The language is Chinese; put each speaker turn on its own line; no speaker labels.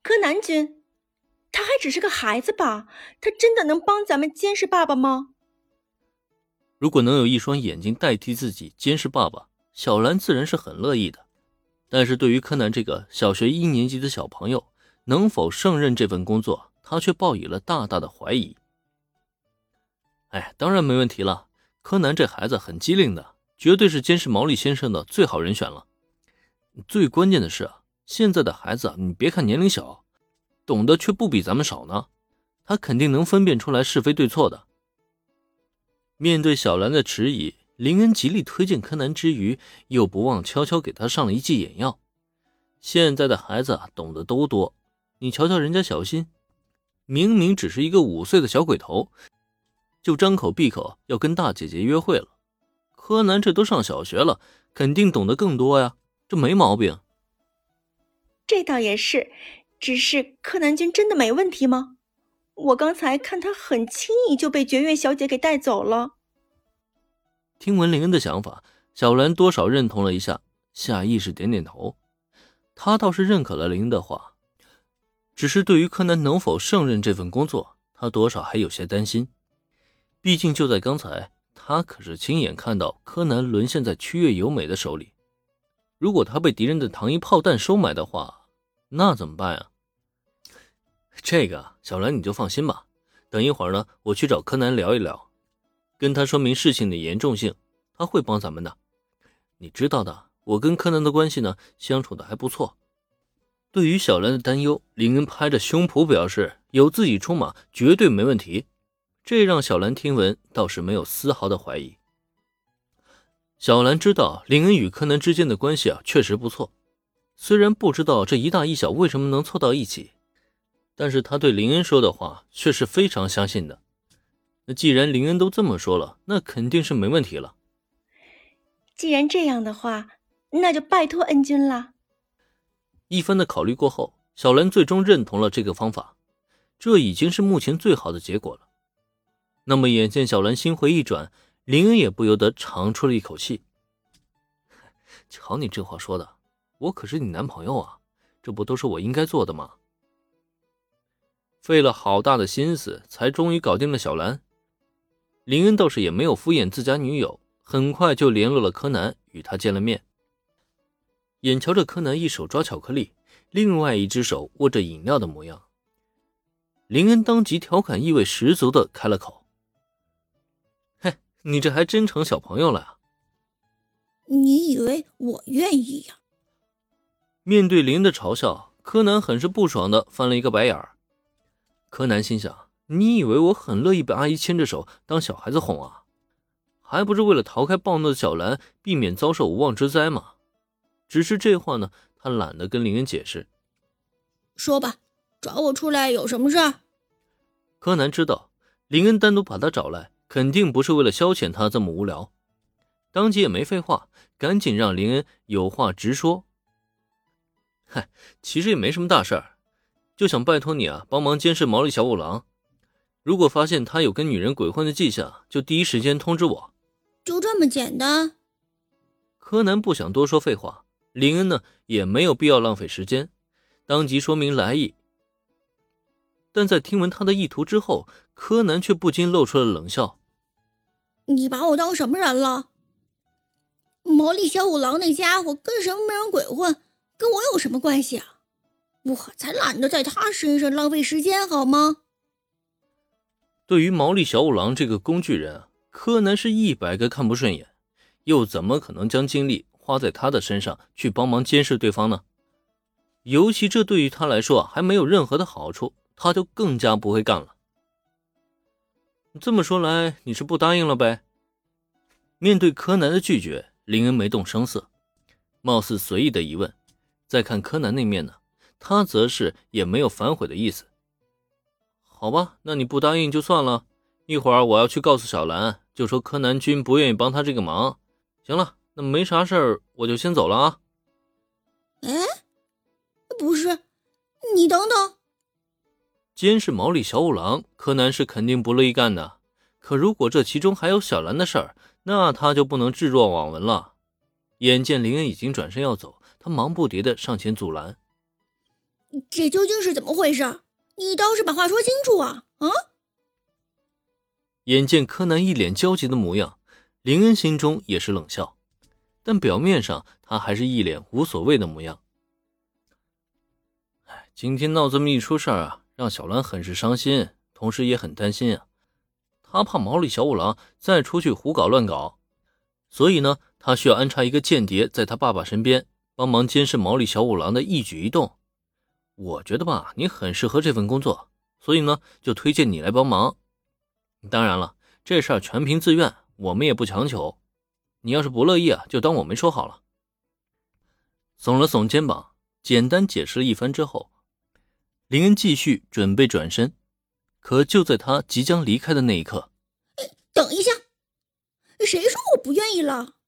柯南君，他还只是个孩子吧？他真的能帮咱们监视爸爸吗？
如果能有一双眼睛代替自己监视爸爸，小兰自然是很乐意的。但是对于柯南这个小学1年级的小朋友，能否胜任这份工作，他却抱以了大大的怀疑。当然没问题了，柯南这孩子很机灵的，绝对是监视毛利先生的最好人选了。最关键的是现在的孩子你别看年龄小，懂得却不比咱们少呢，他肯定能分辨出来是非对错的。面对小兰的迟疑，林恩极力推荐柯南之余，又不忘悄悄给他上了一剂眼药。现在的孩子懂得都多，你瞧瞧人家小新，明明只是一个5岁的小鬼头，就张口闭口要跟大姐姐约会了。柯南这都上小学了，肯定懂得更多呀，这没毛病。
这倒也是，只是柯南君真的没问题吗？我刚才看他很轻易就被绝月小姐给带走了。
听闻林恩的想法，小兰多少认同了一下，下意识点点头。她倒是认可了林恩的话，只是对于柯南能否胜任这份工作，她多少还有些担心。毕竟就在刚才，她可是亲眼看到柯南沦陷在区月由美的手里。如果他被敌人的糖衣炮弹收买的话，那怎么办啊？这个小兰你就放心吧，等一会儿呢，我去找柯南聊一聊，跟他说明事情的严重性，他会帮咱们的。你知道的，我跟柯南的关系呢，相处的还不错。对于小兰的担忧，林恩拍着胸脯表示有自己出马绝对没问题，这让小兰听闻倒是没有丝毫的怀疑。小兰知道林恩与柯南之间的关系确实不错，虽然不知道这一大一小为什么能凑到一起，但是他对林恩说的话却是非常相信的。那既然林恩都这么说了，那肯定是没问题了。
既然这样的话，那就拜托恩君啦。
一番的考虑过后，小兰最终认同了这个方法，这已经是目前最好的结果了。那么眼见小兰心回意转，林恩也不由得长出了一口气。瞧你这话说的，我可是你男朋友啊，这不都是我应该做的吗？费了好大的心思才终于搞定了小兰，林恩倒是也没有敷衍自家女友，很快就联络了柯南与他见了面。眼瞧着柯南一手抓巧克力，另外一只手握着饮料的模样，林恩当即调侃意味十足的开了口：嘿，你这还真成小朋友了啊。
你以为我愿意呀？
面对林恩的嘲笑，柯南很是不爽的翻了一个白眼儿。柯南心想，你以为我很乐意被阿姨牵着手当小孩子哄啊？还不是为了逃开暴怒的小兰，避免遭受无妄之灾吗？只是这话呢，他懒得跟林恩解释。
说吧，找我出来有什么事儿？
柯南知道林恩单独把他找来，肯定不是为了消遣他这么无聊，当即也没废话，赶紧让林恩有话直说。嗨，其实也没什么大事儿，就想拜托你帮忙监视毛利小五郎，如果发现他有跟女人鬼混的迹象，就第一时间通知我。
就这么简单？
柯南不想多说废话，林恩呢也没有必要浪费时间，当即说明来意。但在听闻他的意图之后，柯南却不禁露出了冷笑。
你把我当什么人了？毛利小五郎那家伙跟什么人鬼混，跟我有什么关系啊？我才懒得在他身上浪费时间好吗？
对于毛利小五郎这个工具人，柯南是100个看不顺眼，又怎么可能将精力花在他的身上去帮忙监视对方呢？尤其这对于他来说还没有任何的好处，他就更加不会干了。这么说来，你是不答应了呗？面对柯南的拒绝，林恩没动声色，貌似随意的疑问。再看柯南那面呢，他则是也没有反悔的意思。好吧，那你不答应就算了，一会儿我要去告诉小兰，就说柯南君不愿意帮他这个忙。行了，那没啥事儿，我就先走了啊。
哎，不是，你等等。
监视毛利小五郎，柯南是肯定不乐意干的。可如果这其中还有小兰的事儿，那他就不能置若罔闻了。眼见林恩已经转身要走，他忙不迭地上前阻拦。
这究竟是怎么回事？你倒是把话说清楚啊！啊！
眼见柯南一脸焦急的模样，林恩心中也是冷笑，但表面上他还是一脸无所谓的模样。今天闹这么一出事啊，让小兰很是伤心，同时也很担心啊。他怕毛利小五郎再出去胡搞乱搞，所以呢，他需要安插一个间谍在他爸爸身边，帮忙监视毛利小五郎的一举一动。我觉得吧，你很适合这份工作，所以呢，就推荐你来帮忙。当然了，这事儿全凭自愿，我们也不强求。你要是不乐意啊，就当我没说好了。耸了耸肩膀，简单解释了一番之后，林恩继续准备转身，可就在他即将离开的那一刻，
等一下，谁说我不愿意了？